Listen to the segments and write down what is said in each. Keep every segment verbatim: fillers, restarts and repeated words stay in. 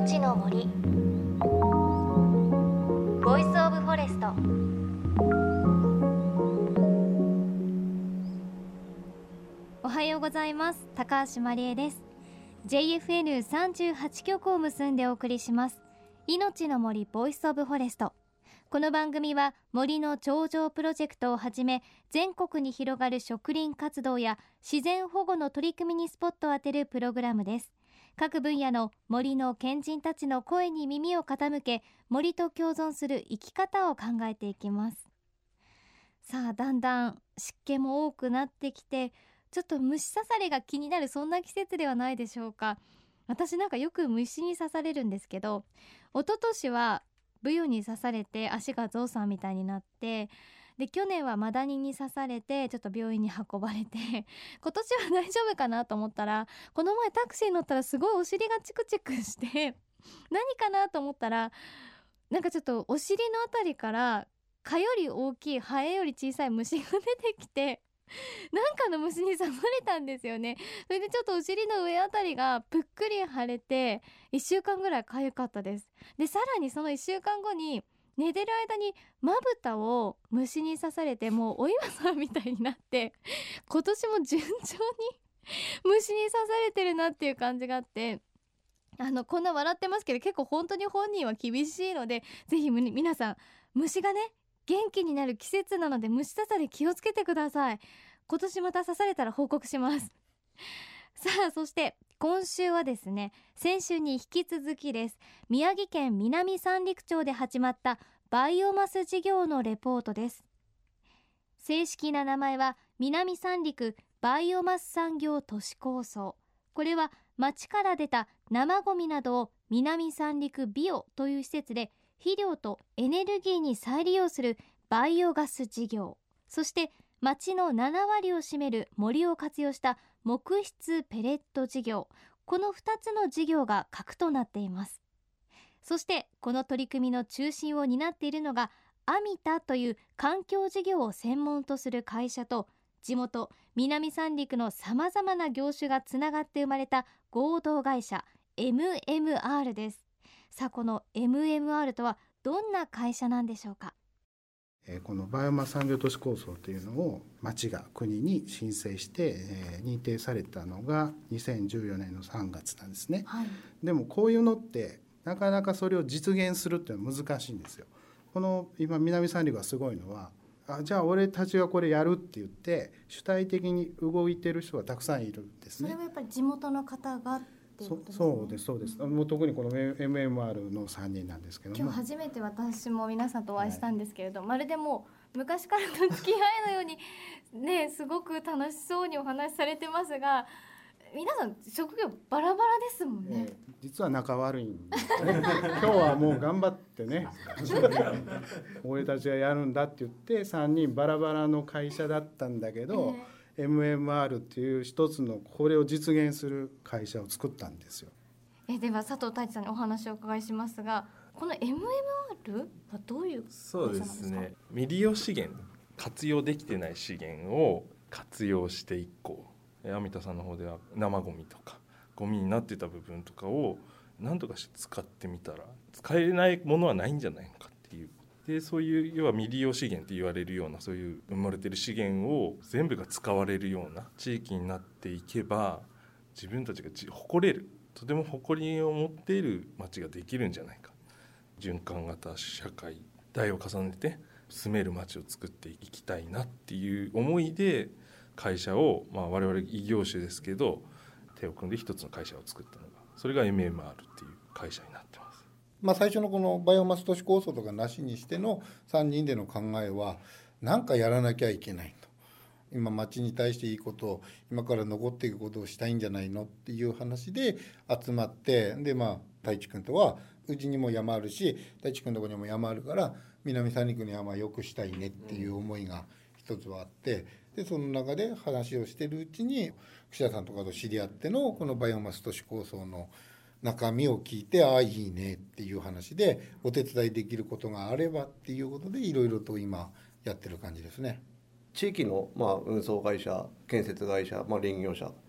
命の森ボイスオブフォレスト。おはようございます。高橋真理恵です。 ジェイエフエヌさんじゅうはち 局を結んでお送りします命の森ボイスオブフォレスト。この番組は森の頂上プロジェクトをはじめ、全国に広がる植林活動や自然保護の取り組みにスポットを当てるプログラムです。各分野の森の賢人たちの声に耳を傾け、森と共存する生き方を考えていきます。さあ、だんだん湿気も多くなってきて、ちょっと虫刺されが気になる、そんな季節ではないでしょうか。私なんかよく虫に刺されるんですけど、一昨年はブヨに刺されて足がゾウさんみたいになって、で去年はマダニに刺されてちょっと病院に運ばれて、今年は大丈夫かなと思ったら、この前タクシーに乗ったらすごいお尻がチクチクして何かなと思ったら、なんかちょっとお尻のあたりから蚊より大きいハエより小さい虫が出てきて、なんかの虫に刺されたんですよね。それでちょっとお尻の上あたりがぷっくり腫れていっしゅうかんぐらい痒かったです。でさらにそのいっしゅうかんごに寝てる間にまぶたを虫に刺されて、もうお岩さんみたいになって、今年も順調に虫に刺されてるなっていう感じがあって、あのこんな笑ってますけど、結構本当に本人は厳しいので、ぜひ皆さん虫がね元気になる季節なので、虫刺され気をつけてください。今年また刺されたら報告しますさあ、そして今週はですね、先週に引き続きです。宮城県南三陸町で始まったバイオマス事業のレポートです。正式な名前は南三陸バイオマス産業都市構想。これは町から出た生ゴミなどを南三陸ビオという施設で肥料とエネルギーに再利用するバイオガス事業、そして町のななわりを占める森を活用した木質ペレット事業、このふたつの事業が核となっています。そしてこの取り組みの中心を担っているのがアミタという環境事業を専門とする会社と、地元南三陸のさまざまな業種がつながって生まれた合同会社 エムエムアール です。さあ、この エムエムアール とはどんな会社なんでしょうか。 このバイオマス産業都市構想というのを町が国に申請して、えー、認定されたのがにせんじゅうよねんのさんがつなんですね、はい、でもこういうのってなかなかそれを実現するっていうのは難しいんですよ。この今南三陸がすごいのは、あじゃあ俺たちがこれやるって言って主体的に動いてる人がたくさんいるんですね。 それはやっぱり地元の方がっていうことですね。 そうですそうです、うん、もう特にこの エムエムアール のさんにんなんですけども、 今日初めて私も皆さんとお会いしたんですけれど、はい、まるでもう昔からの付き合いのようにね、すごく楽しそうにお話しされてますが、皆さん職業バラバラですもんね、えー、 実は仲悪いんですね今日はもう頑張ってね俺たちがやるんだって言ってさんにんバラバラの会社だったんだけど、えー、エムエムアール っていう一つのこれを実現する会社を作ったんですよ。 えでは佐藤太一さんにお話をお伺いしますが、この エムエムアール はどういう会社なんですか。 そうですね、未利用資源、活用できてない資源を活用していこう。アミタさんの方では生ゴミとかゴミになってた部分とかを何とかして使ってみたら使えないものはないんじゃないのかっていう。でそういう要は未利用資源って言われるような、そういう埋もれてる資源を全部が使われるような地域になっていけば、自分たちが誇れる、とても誇りを持っている町ができるんじゃないか。循環型社会、代を重ねて住める町を作っていきたいなっていう思いで会社を、まあ、我々異業種ですけど手を組んで一つの会社を作ったのが、それが エムエムアール っていう会社になってます。 まあ、最初のこのバイオマス都市構想とかなしにしてのさんにんでの考えは、何かやらなきゃいけないと、今町に対していいことを、今から残っていくことをしたいんじゃないのっていう話で集まって、でまあ太一君とはうちにも山あるし、太一君のところにも山あるから南三陸の山は良くしたいねっていう思いが一つはあって、でその中で話をしているうちに串田さんとかと知り合ってのこのバイオマス都市構想の中身を聞いて、ああいいねっていう話で、お手伝いできることがあればっていうことでいろいろと今やってる感じですね。 地域のまあ運送会社、建設会社、まあ、林業者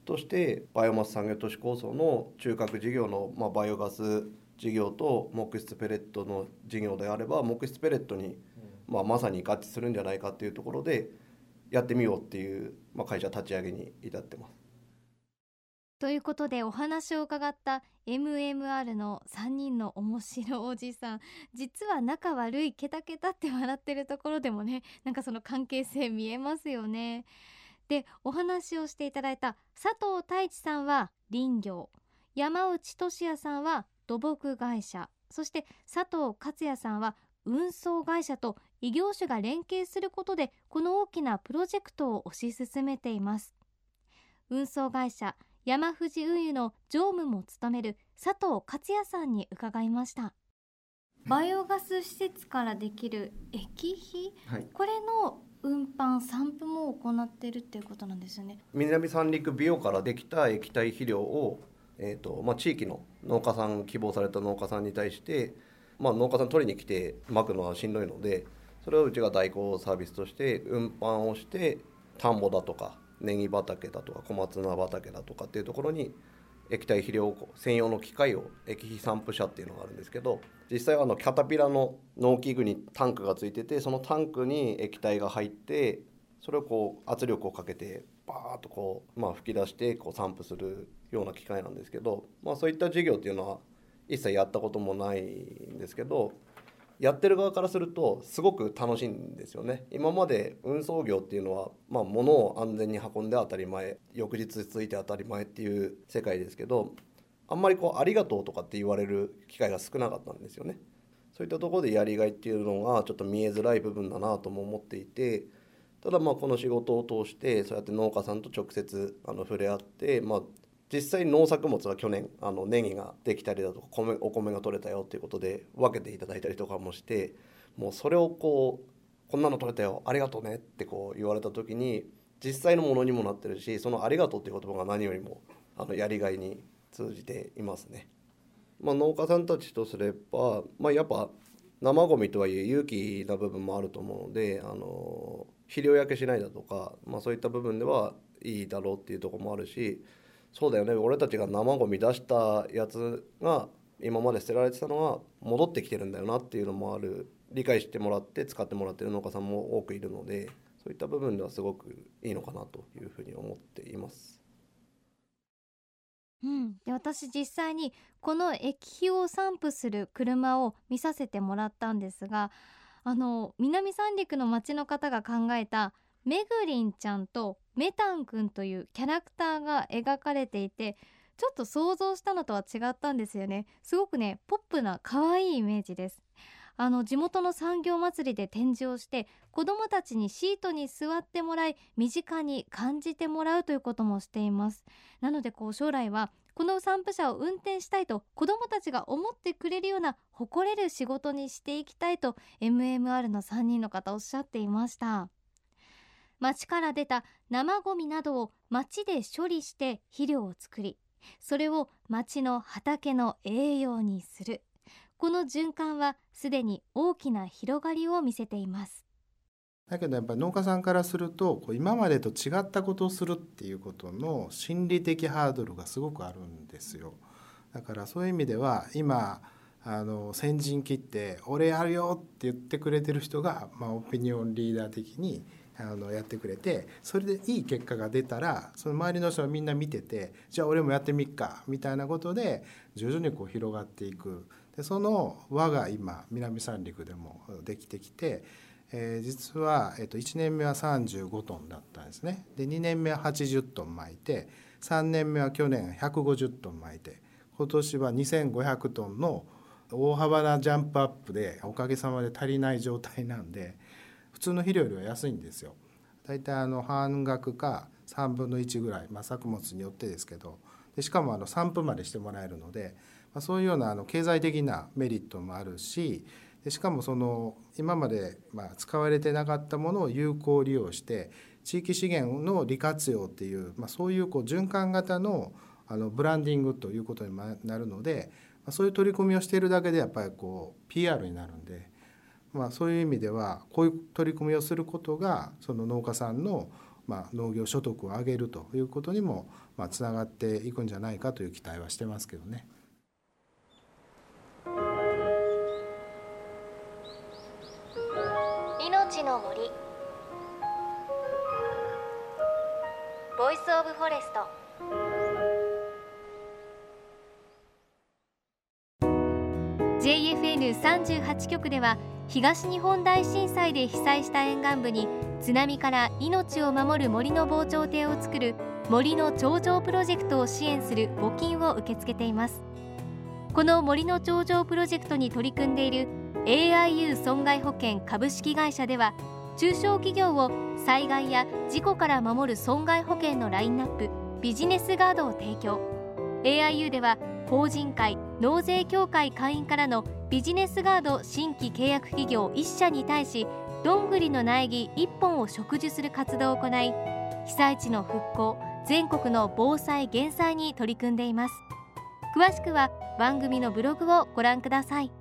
としてバイオマス産業都市構想の中核事業の、まあ、バイオガス事業と木質ペレットの事業であれば木質ペレットに、まあ、まさに合致するんじゃないかっていうところでやってみようっていう、まあ、会社立ち上げに至ってます。 ということでお話を伺った エムエムアール のさんにんの面白おじさん、実は仲悪いケタケタって笑ってるところでもね、なんかその関係性見えますよね。でお話をしていただいた佐藤太一さんは林業、山内俊也さんは土木会社、そして佐藤克也さんは運送会社と異業種が連携することでこの大きなプロジェクトを推し進めています。運送会社山藤運輸の常務も務める佐藤克也さんに伺いました。バイオガス施設からできる液肥、はい、これの運搬散布も行っているっていうことなんですよね。 南三陸ビオからできた液体肥料を、えーとまあ、地域の農家さん、希望された農家さんに対して、まあ、農家さん取りに来てまくのはしんどいので、それをうちが代行サービスとして運搬をして、田んぼだとかネギ畑だとか小松菜畑だとかっていうところに液体肥料専用の機械を液肥散布車っていうのがあるんですけど、実際はあのキャタピラの農機具にタンクがついてて、そのタンクに液体が入って、それをこう圧力をかけてバーッとこう、まあ、吹き出してこう散布するような機械なんですけど、まあ、そういった事業っていうのは一切やったこともないんですけど、やってる側からするとすごく楽しいんですよね。今まで運送業っていうのは、まあ、物を安全に運んで当たり前、翌日ついて当たり前っていう世界ですけど、あんまりこうありがとうとかって言われる機会が少なかったんですよね。そういったところでやりがいっていうのがちょっと見えづらい部分だなとも思っていて、ただまあこの仕事を通してそうやって農家さんと直接あの触れ合って、まあ実際農作物は去年あのネギができたりだとか米お米が取れたよということで分けていただいたりとかもして、もうそれをこうこんなの取れたよありがとうねってこう言われた時に実際のものにもなってるし、そのありがとうっていう言葉が何よりもあのやりがいに通じていますね。まあ、農家さんたちとすれば、まあ、やっぱ生ゴミとはいえ有機な部分もあると思うので、あの肥料焼けしないだとか、まあ、そういった部分ではいいだろうっていうところもあるし、そうだよね、俺たちが生ゴミ出したやつが今まで捨てられてたのが戻ってきてるんだよなっていうのもある、理解してもらって使ってもらってる農家さんも多くいるので、そういった部分ではすごくいいのかなというふうに思っています。 うん、で私実際にこの液肥を散布する車を見させてもらったんですが、あの南三陸の町の方が考えためぐりんちゃんとメタンくんというキャラクターが描かれていて、ちょっと想像したのとは違ったんですよね。すごくねポップな可愛いイメージです。あの地元の産業祭りで展示をして子どもたちにシートに座ってもらい身近に感じてもらうということもしています。なのでこう将来はこの散布車を運転したいと子どもたちが思ってくれるような誇れる仕事にしていきたいと エムエムアール のさんにんの方おっしゃっていました。町から出た生ゴミなどを町で処理して肥料を作り、それを町の畑の栄養にする、この循環はすでに大きな広がりを見せています。 だけどやっぱり農家さんからするとこう今までと違ったことをするっていうことの心理的ハードルがすごくあるんですよ。だからそういう意味では今あの先陣切って俺やるよって言ってくれてる人が、まあ、オピニオンリーダー的にあのやってくれて、それでいい結果が出たらその周りの人がみんな見てて、じゃあ俺もやってみっかみたいなことで徐々にこう広がっていく。でその輪が今南三陸でもできてきて、えー、実は、えー、といちねんめはさんじゅうごトンだったんですね。でにねんめははちじゅっトン巻いて、さんねんめは去年ひゃくごじゅっトン巻いて、今年はにせんごひゃくトンの大幅なジャンプアップでおかげさまで足りない状態なんで、普通の肥料よりは安いんですよ。だいたいあの半額かさんぶんのいちぐらい、まあ、作物によってですけど、でしかもあの散布までしてもらえるので、まあ、そういうようなあの経済的なメリットもあるし、でしかもその今までまあ使われてなかったものを有効利用して地域資源の利活用っていう、まあ、そういうこう循環型のあのブランディングということになるので、まあ、そういう取り組みをしているだけでやっぱりこう ピーアール になるんで、まあ、そういう意味ではこういう取り組みをすることがその農家さんのまあ、農業所得を上げるということにもまあつながっていくんじゃないかという期待はしてますけどね。 命の森ボイスオブフォレスト。ジェイエフエヌさんじゅうはち 局では東日本大震災で被災した沿岸部に津波から命を守る森の防潮堤を作る森の頂上プロジェクトを支援する募金を受け付けています。この森の頂上プロジェクトに取り組んでいる エーアイユー 損害保険株式会社では、中小企業を災害や事故から守る損害保険のラインナップビジネスガードを提供。 エーアイユー では法人会納税協会会員からのビジネスガード新規契約企業いっ社に対し、どんぐりの苗木いっぽんを植樹する活動を行い、被災地の復興、全国の防災減災に取り組んでいます。詳しくは番組のブログをご覧ください。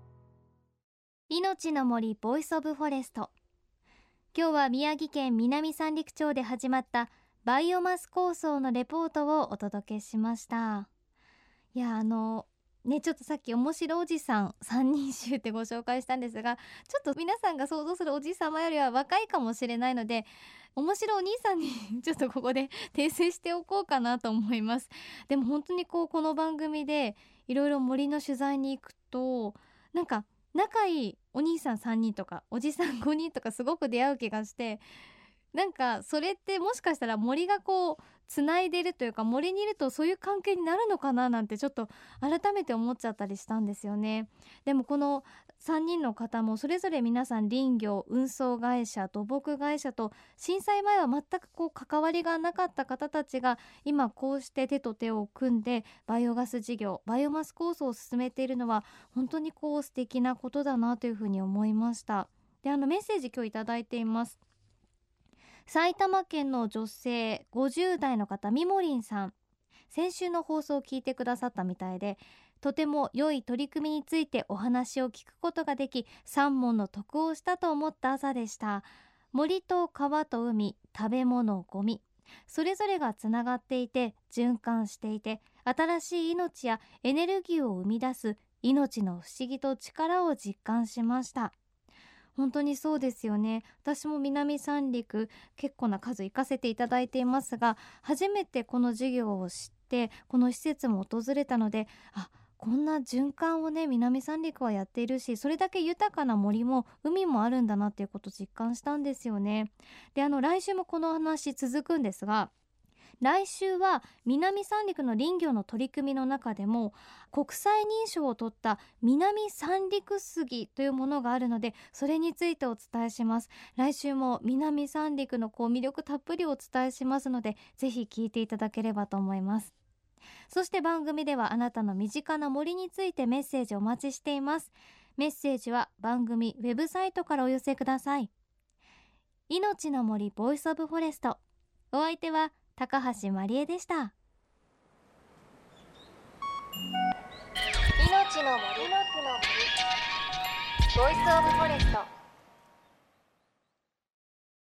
命の森ボイスオブフォレスト。今日は宮城県南三陸町で始まったバイオマス構想のレポートをお届けしました。いやあのねちょっとさっき面白おじさんさんにん集ってご紹介したんですが、ちょっと皆さんが想像するおじさまよりは若いかもしれないので、面白お兄さんにちょっとここで訂正しておこうかなと思います。でも本当にこうこの番組でいろいろ森の取材に行くと、なんか仲いいお兄さんさんにんとかおじさんごにんとかすごく出会う気がして、なんかそれってもしかしたら森がこうつないでるというか、森にいるとそういう関係になるのかななんてちょっと改めて思っちゃったりしたんですよね。でもこのさんにんの方もそれぞれ皆さん林業、運送会社、土木会社と震災前は全くこう関わりがなかった方たちが今こうして手と手を組んでバイオガス事業、バイオマス構想を進めているのは本当にこう素敵なことだなというふうに思いました。で、あのメッセージ今日いただいています。埼玉県の女性ごじゅう代の方、みもりんさん、先週の放送を聞いてくださったみたいで、とても良い取り組みについてお話を聞くことができ、三問の得をしたと思った朝でした。森と川と海、食べ物、ゴミ、それぞれがつながっていて循環していて、新しい命やエネルギーを生み出す命の不思議と力を実感しました。本当にそうですよね。私も南三陸結構な数行かせていただいていますが、初めてこの授業を知ってこの施設も訪れたので、あ、こんな循環をね南三陸はやっているし、それだけ豊かな森も海もあるんだなっていうことを実感したんですよね。で、あの来週もこの話続くんですが、来週は南三陸の林業の取り組みの中でも国際認証を取った南三陸杉というものがあるので、それについてお伝えします。来週も南三陸のこう魅力たっぷりお伝えしますので、ぜひ聞いていただければと思います。そして番組ではあなたの身近な森についてメッセージお待ちしています。メッセージは番組ウェブサイトからお寄せください。命の森ボイスオブフォレスト、お相手は高橋まりえでした。命の森ボイスオブフォレスト。